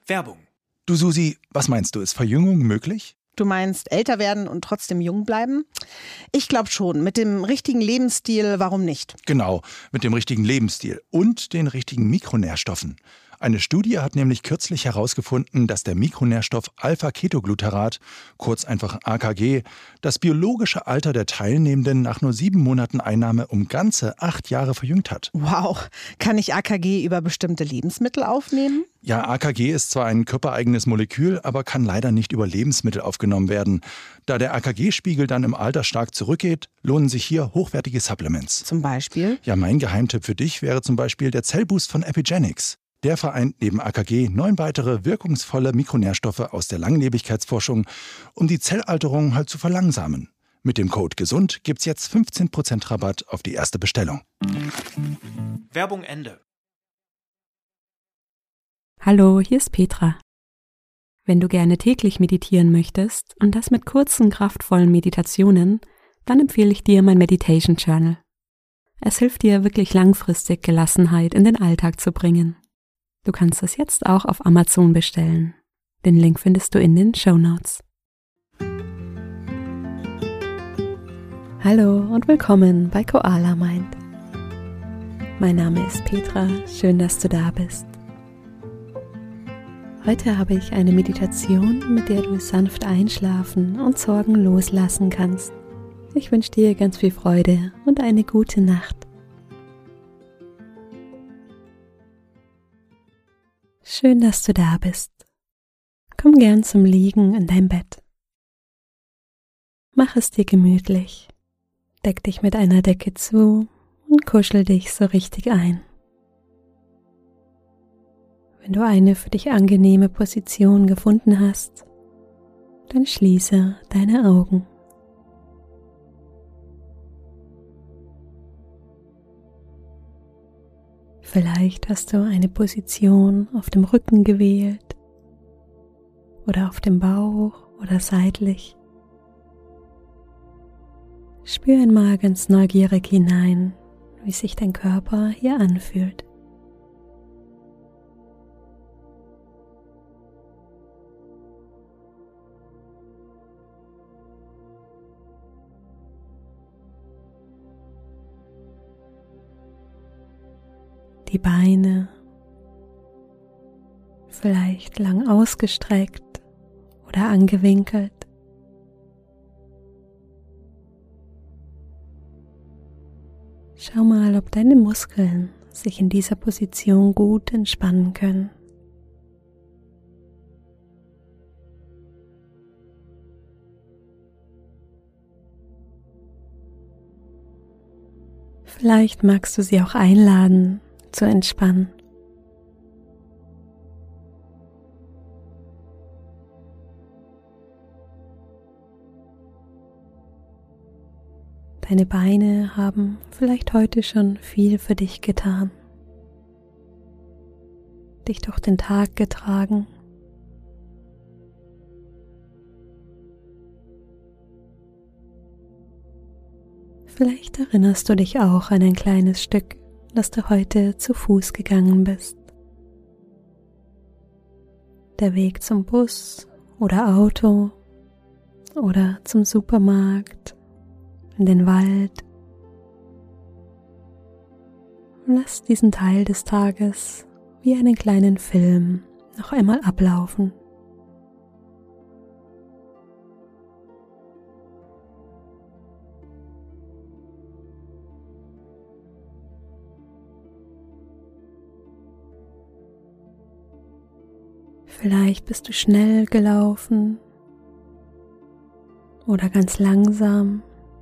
Werbung. Du Susi, was meinst du, ist Verjüngung möglich? Du meinst älter werden und trotzdem jung bleiben? Ich glaube schon. Mit dem richtigen Lebensstil, warum nicht? Genau, mit dem richtigen Lebensstil und den richtigen Mikronährstoffen. Eine Studie hat nämlich kürzlich herausgefunden, dass der Mikronährstoff Alpha-Ketogluterat, kurz einfach AKG, das biologische Alter der Teilnehmenden nach nur 7 Monaten Einnahme um ganze 8 Jahre verjüngt hat. Wow, kann ich AKG über bestimmte Lebensmittel aufnehmen? Ja, AKG ist zwar ein körpereigenes Molekül, aber kann leider nicht über Lebensmittel aufgenommen werden. Da der AKG-Spiegel dann im Alter stark zurückgeht, lohnen sich hier hochwertige Supplements. Zum Beispiel? Ja, mein Geheimtipp für dich wäre zum Beispiel der Zellboost von Epigenics. Der vereint neben AKG 9 weitere wirkungsvolle Mikronährstoffe aus der Langlebigkeitsforschung, um die Zellalterung halt zu verlangsamen. Mit dem Code GESUND gibt's jetzt 15% Rabatt auf die erste Bestellung. Werbung Ende. Hallo, hier ist Petra. Wenn du gerne täglich meditieren möchtest und das mit kurzen, kraftvollen Meditationen, dann empfehle ich dir mein Meditation Journal. Es hilft dir wirklich langfristig Gelassenheit in den Alltag zu bringen. Du kannst es jetzt auch auf Amazon bestellen. Den Link findest du in den Shownotes. Hallo und willkommen bei Koala Mind. Mein Name ist Petra, schön, dass du da bist. Heute habe ich eine Meditation, mit der du sanft einschlafen und Sorgen loslassen kannst. Ich wünsche dir ganz viel Freude und eine gute Nacht. Schön, dass du da bist. Komm gern zum Liegen in dein Bett. Mach es dir gemütlich. Deck dich mit einer Decke zu und kuschel dich so richtig ein. Wenn du eine für dich angenehme Position gefunden hast, dann schließe deine Augen. Vielleicht hast du eine Position auf dem Rücken gewählt oder auf dem Bauch oder seitlich. Spür einmal ganz neugierig hinein, wie sich dein Körper hier anfühlt. Die Beine, vielleicht lang ausgestreckt oder angewinkelt. Schau mal, ob deine Muskeln sich in dieser Position gut entspannen können. Vielleicht magst du sie auch einladen, zu entspannen. Deine Beine haben vielleicht heute schon viel für dich getan, dich durch den Tag getragen. Vielleicht erinnerst du dich auch an ein kleines Stück, dass du heute zu Fuß gegangen bist. Der Weg zum Bus oder Auto oder zum Supermarkt, in den Wald. Lass diesen Teil des Tages wie einen kleinen Film noch einmal ablaufen. Vielleicht bist du schnell gelaufen oder ganz langsam.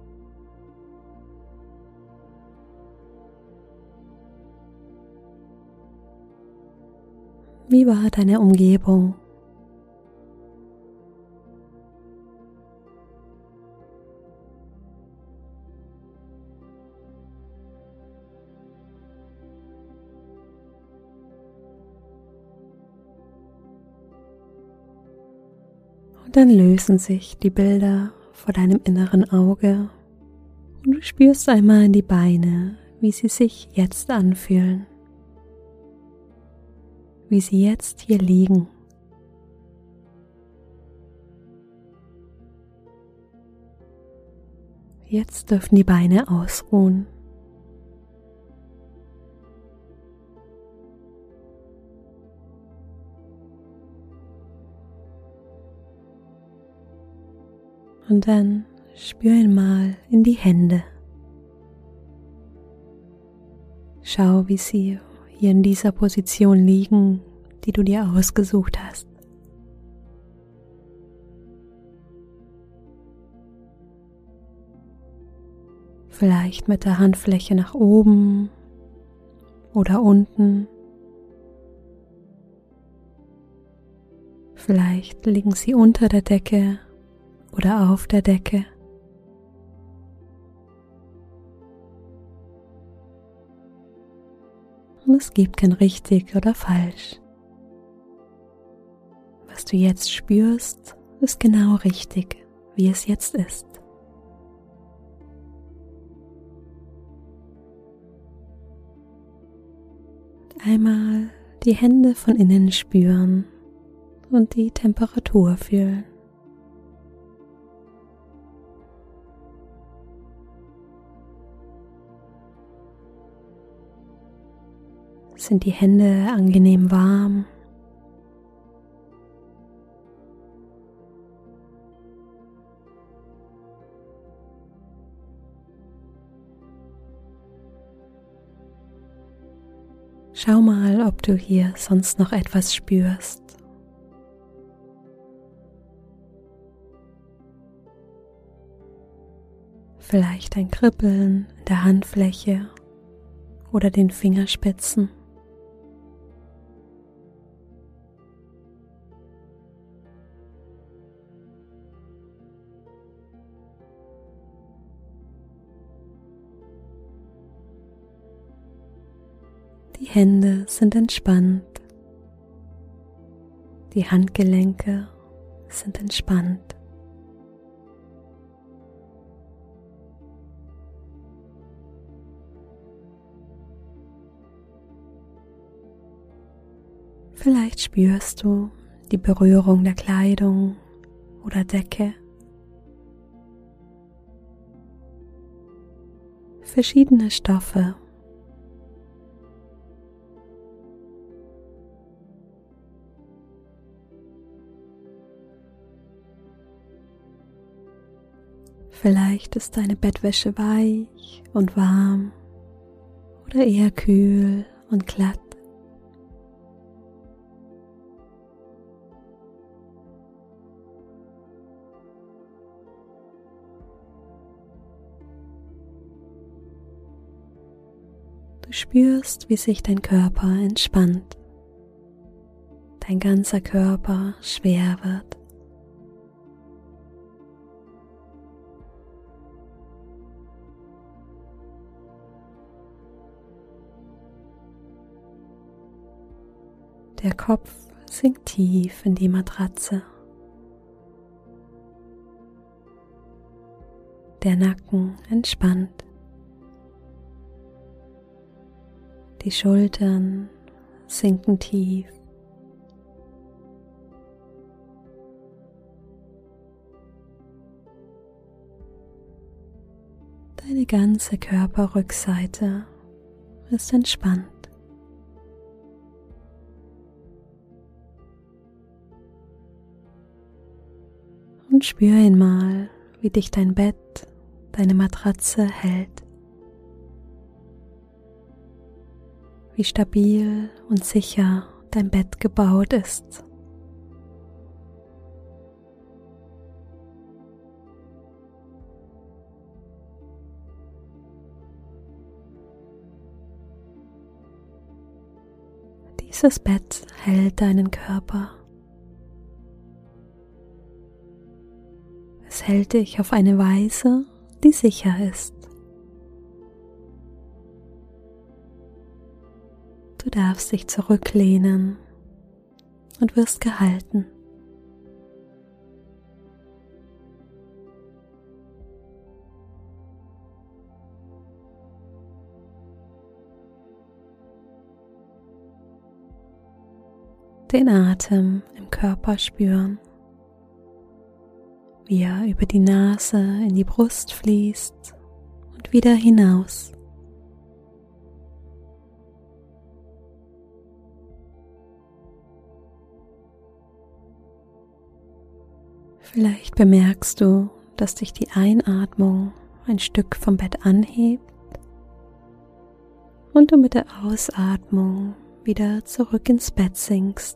Wie war deine Umgebung? Und dann lösen sich die Bilder vor deinem inneren Auge und du spürst einmal in die Beine, wie sie sich jetzt anfühlen, wie sie jetzt hier liegen Jetzt dürfen die Beine ausruhen. Und dann spür einmal in die Hände. Schau, wie sie hier in dieser Position liegen, die du dir ausgesucht hast. Vielleicht mit der Handfläche nach oben oder unten. Vielleicht liegen sie unter der Decke oder auf der Decke. Und es gibt kein richtig oder falsch. Was du jetzt spürst, ist genau richtig, wie es jetzt ist. Einmal die Hände von innen spüren und die Temperatur fühlen. Sind die Hände angenehm warm? Schau mal, ob du hier sonst noch etwas spürst. Vielleicht ein Kribbeln in der Handfläche oder den Fingerspitzen. Die Hände sind entspannt. Die Handgelenke sind entspannt. Vielleicht spürst du die Berührung der Kleidung oder Decke. Verschiedene Stoffe. Vielleicht ist deine Bettwäsche weich und warm oder eher kühl und glatt. Du spürst, wie sich dein Körper entspannt. Dein ganzer Körper schwer wird. Der Kopf sinkt tief in die Matratze. Der Nacken entspannt. Die Schultern sinken tief. Deine ganze Körperrückseite ist entspannt. Und spür einmal, wie dich dein Bett, deine Matratze hält. Wie stabil und sicher dein Bett gebaut ist. Dieses Bett hält deinen Körper. Es hält dich auf eine Weise, die sicher ist. Du darfst dich zurücklehnen und wirst gehalten. Den Atem im Körper spüren, wie er über die Nase in die Brust fließt und wieder hinaus. Vielleicht bemerkst du, dass dich die Einatmung ein Stück vom Bett anhebt und du mit der Ausatmung wieder zurück ins Bett sinkst.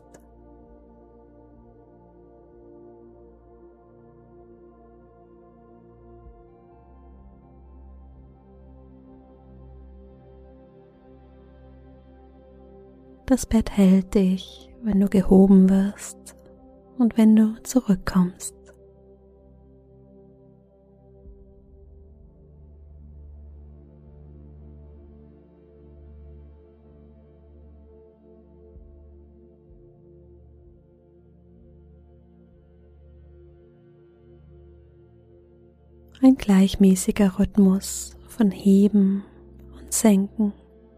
Das Bett hält dich, wenn du gehoben wirst und wenn du zurückkommst. Ein gleichmäßiger Rhythmus von Heben und Senken.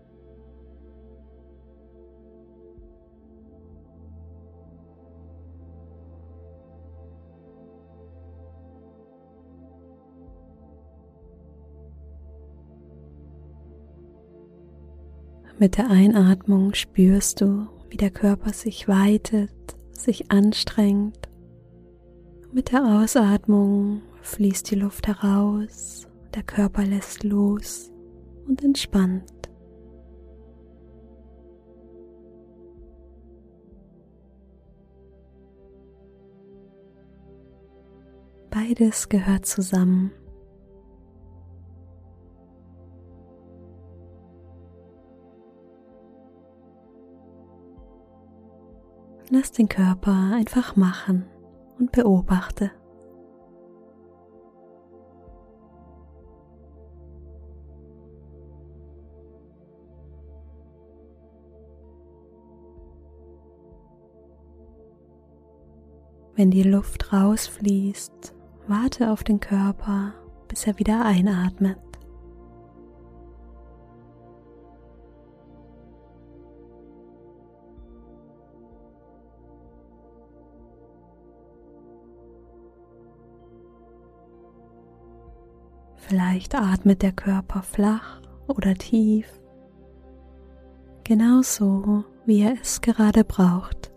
Mit der Einatmung spürst du, wie der Körper sich weitet, sich anstrengt. Mit der Ausatmung fließt die Luft heraus, der Körper lässt los und entspannt. Beides gehört zusammen. Lass den Körper einfach machen und beobachte. Wenn die Luft rausfließt, warte auf den Körper, bis er wieder einatmet. Vielleicht atmet der Körper flach oder tief, genauso wie er es gerade braucht.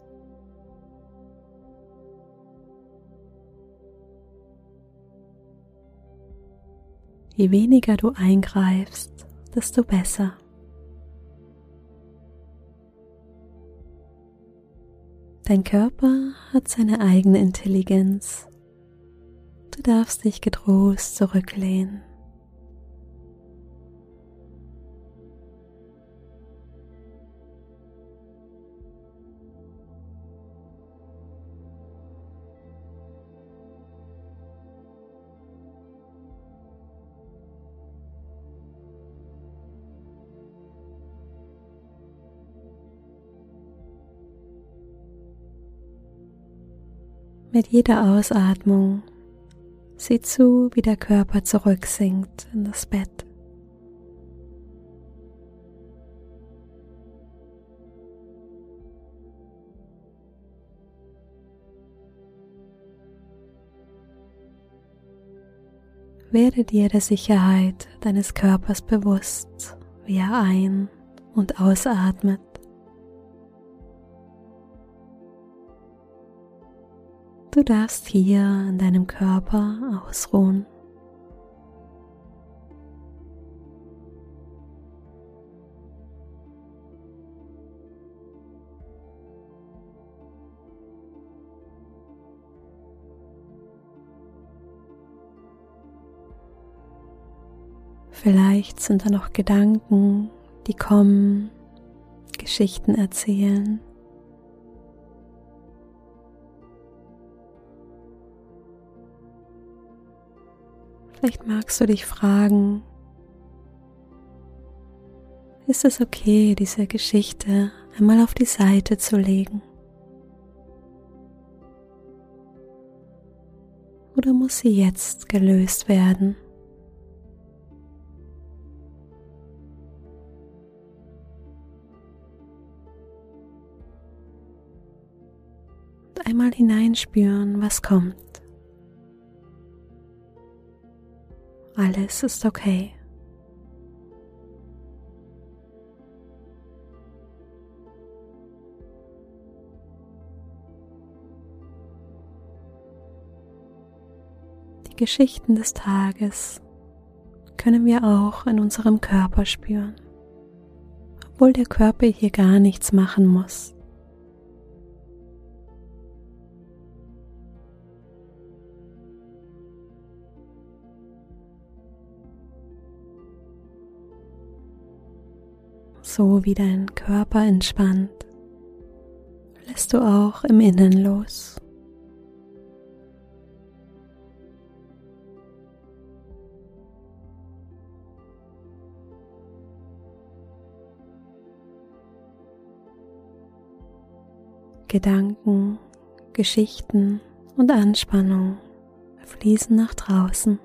Je weniger du eingreifst, desto besser. Dein Körper hat seine eigene Intelligenz. Du darfst dich getrost zurücklehnen. Mit jeder Ausatmung sieh zu, wie der Körper zurücksinkt in das Bett. Werde dir der Sicherheit deines Körpers bewusst, wie er ein- und ausatmet. Du darfst hier in deinem Körper ausruhen. Vielleicht sind da noch Gedanken, die kommen, Geschichten erzählen. Vielleicht magst du dich fragen, ist es okay, diese Geschichte einmal auf die Seite zu legen? Oder muss sie jetzt gelöst werden? Und einmal hineinspüren, was kommt. Alles ist okay. Die Geschichten des Tages können wir auch in unserem Körper spüren, obwohl der Körper hier gar nichts machen muss. So wie dein Körper entspannt, lässt du auch im Innen los. Gedanken, Geschichten und Anspannung fließen nach draußen.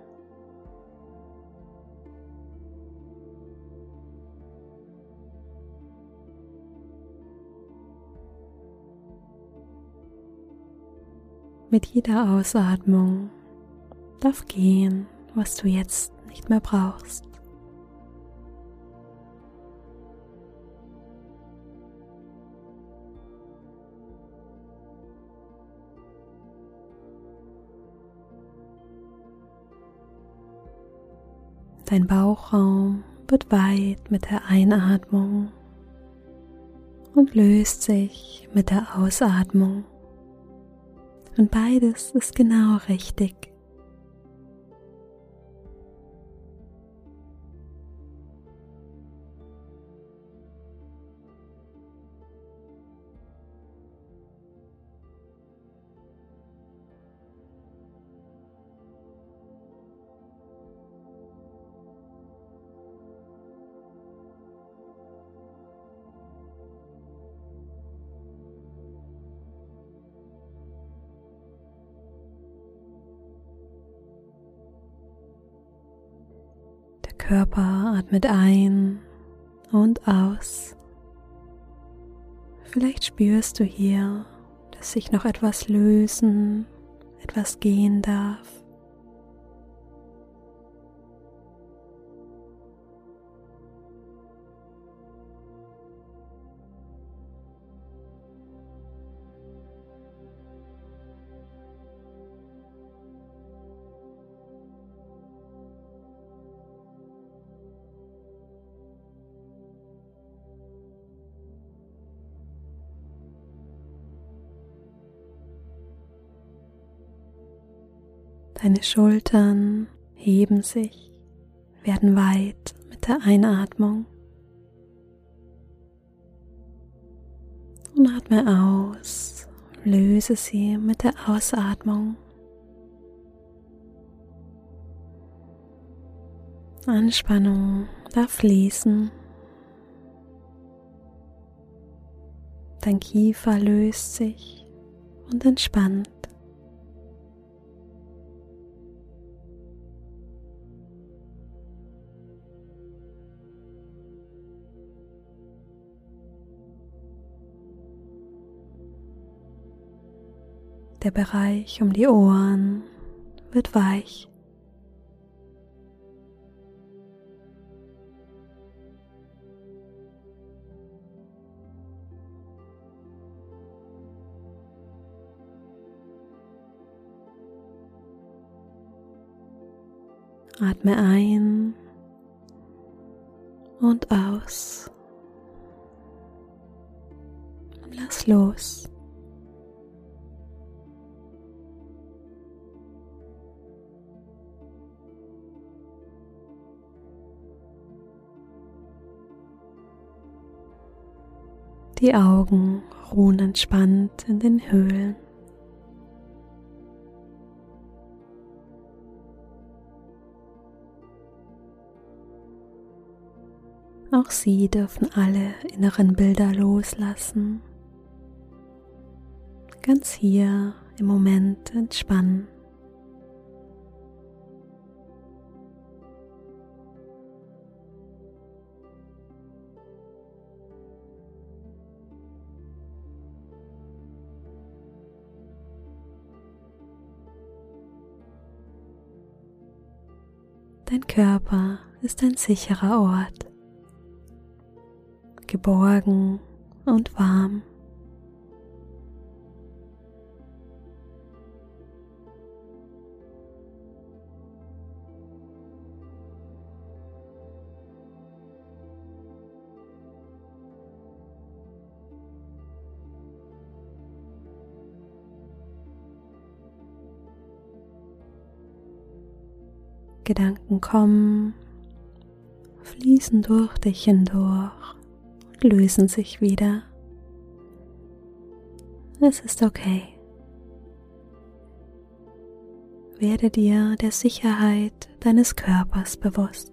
Mit jeder Ausatmung darf gehen, was du jetzt nicht mehr brauchst. Dein Bauchraum wird weit mit der Einatmung und löst sich mit der Ausatmung. Und beides ist genau richtig. Körper atmet ein und aus. Vielleicht spürst du hier, dass sich noch etwas lösen, etwas gehen darf. Deine Schultern heben sich, werden weit mit der Einatmung und atme aus, löse sie mit der Ausatmung. Anspannung darf fließen. Dein Kiefer löst sich und entspannt. Der Bereich um die Ohren wird weich. Atme ein und aus. Lass los. Die Augen ruhen entspannt in den Höhlen. Auch sie dürfen alle inneren Bilder loslassen, ganz hier im Moment entspannen. Dein Körper ist ein sicherer Ort, geborgen und warm. Gedanken kommen, fließen durch dich hindurch und lösen sich wieder. Es ist okay. Werde dir der Sicherheit deines Körpers bewusst.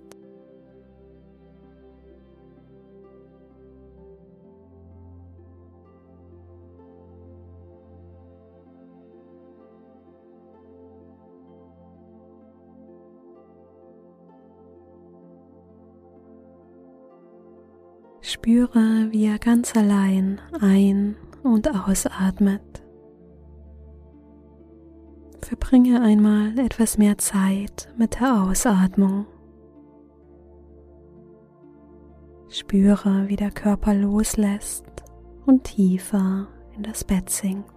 Spüre, wie er ganz allein ein- und ausatmet. Verbringe einmal etwas mehr Zeit mit der Ausatmung. Spüre, wie der Körper loslässt und tiefer in das Bett sinkt.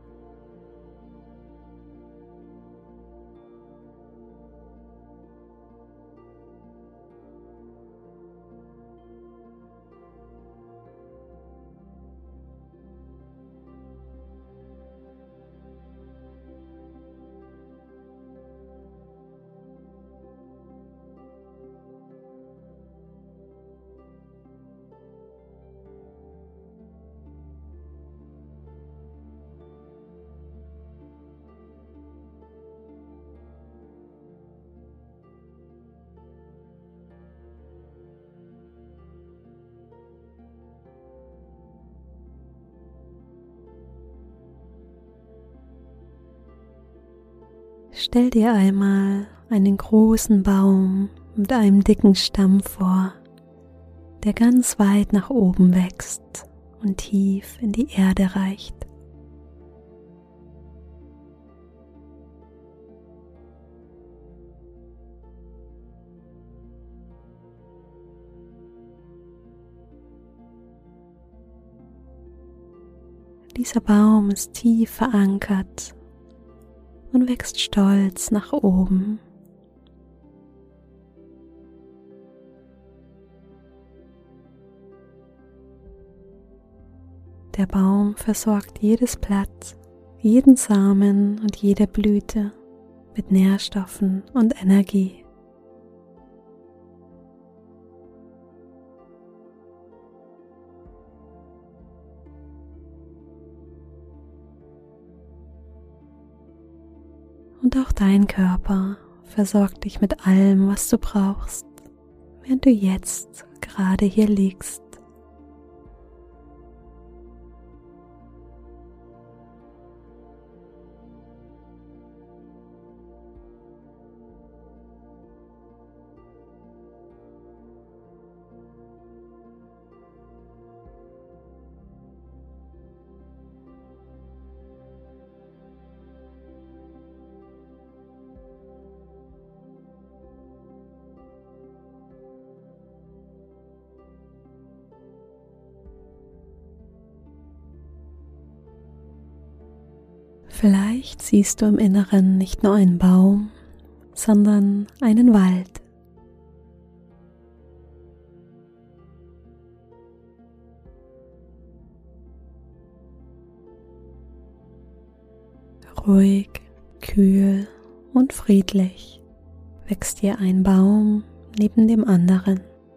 Stell dir einmal einen großen Baum mit einem dicken Stamm vor, der ganz weit nach oben wächst und tief in die Erde reicht. Dieser Baum ist tief verankert und wächst stolz nach oben. Der Baum versorgt jedes Blatt, jeden Samen und jede Blüte mit Nährstoffen und Energie. Und auch dein Körper versorgt dich mit allem, was du brauchst, während du jetzt gerade hier liegst. Vielleicht siehst du im Inneren nicht nur einen Baum, sondern einen Wald. Ruhig, kühl und friedlich wächst hier ein Baum neben dem anderen.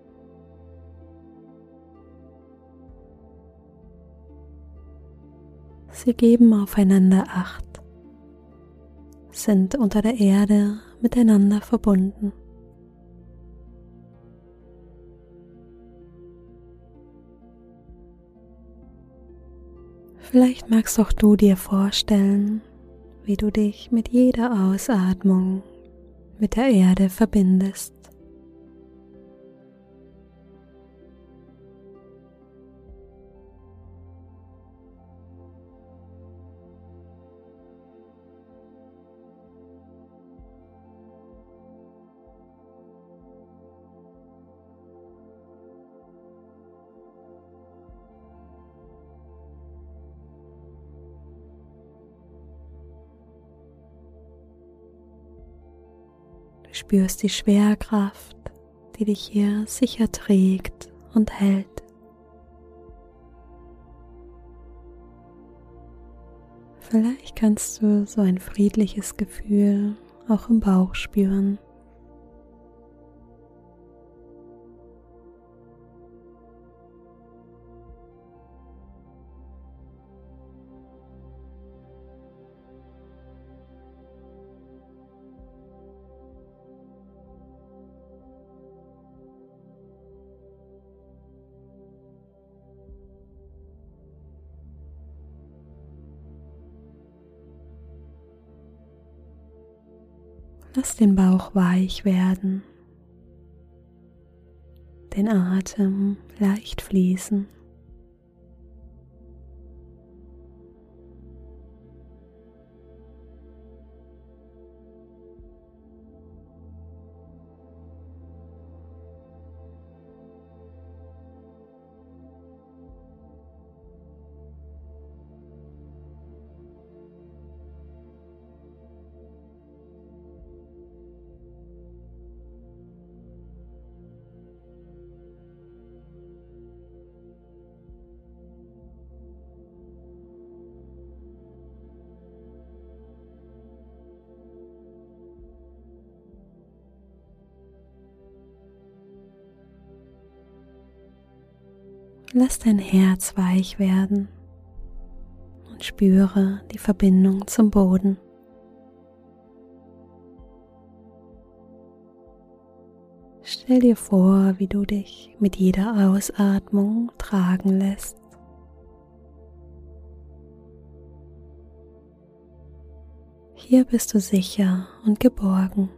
Sie geben aufeinander Acht, sind unter der Erde miteinander verbunden. Vielleicht magst auch du dir vorstellen, wie du dich mit jeder Ausatmung mit der Erde verbindest. spürst die Schwerkraft, die dich hier sicher trägt und hält. Vielleicht kannst du so ein friedliches Gefühl auch im Bauch spüren. Lass den Bauch weich werden, den Atem leicht fließen. Lass dein Herz weich werden und spüre die Verbindung zum Boden. Stell dir vor, wie du dich mit jeder Ausatmung tragen lässt. Hier bist du sicher und geborgen.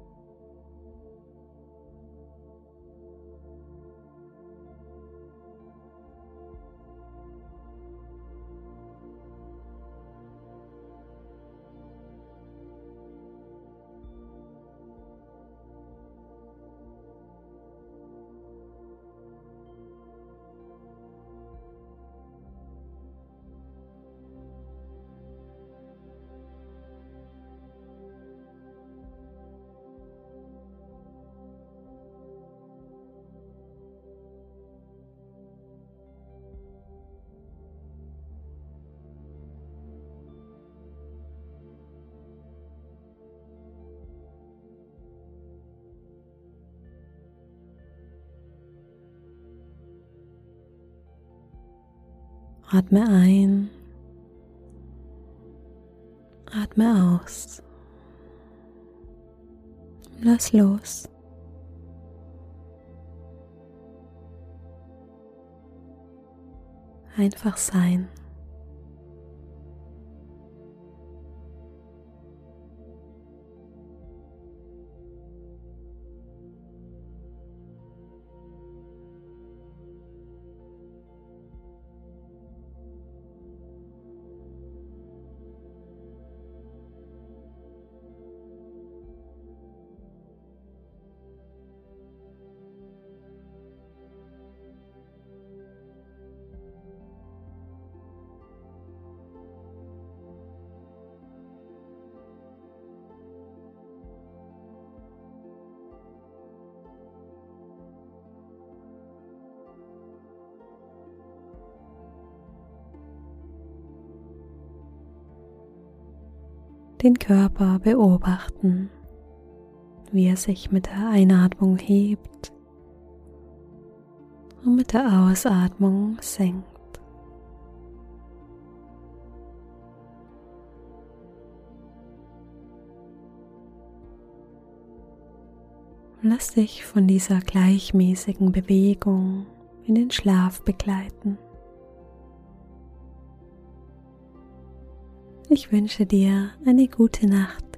Atme ein, atme aus, lass los. Einfach sein. Den Körper beobachten, wie er sich mit der Einatmung hebt und mit der Ausatmung senkt. Lass dich von dieser gleichmäßigen Bewegung in den Schlaf begleiten. Ich wünsche dir eine gute Nacht.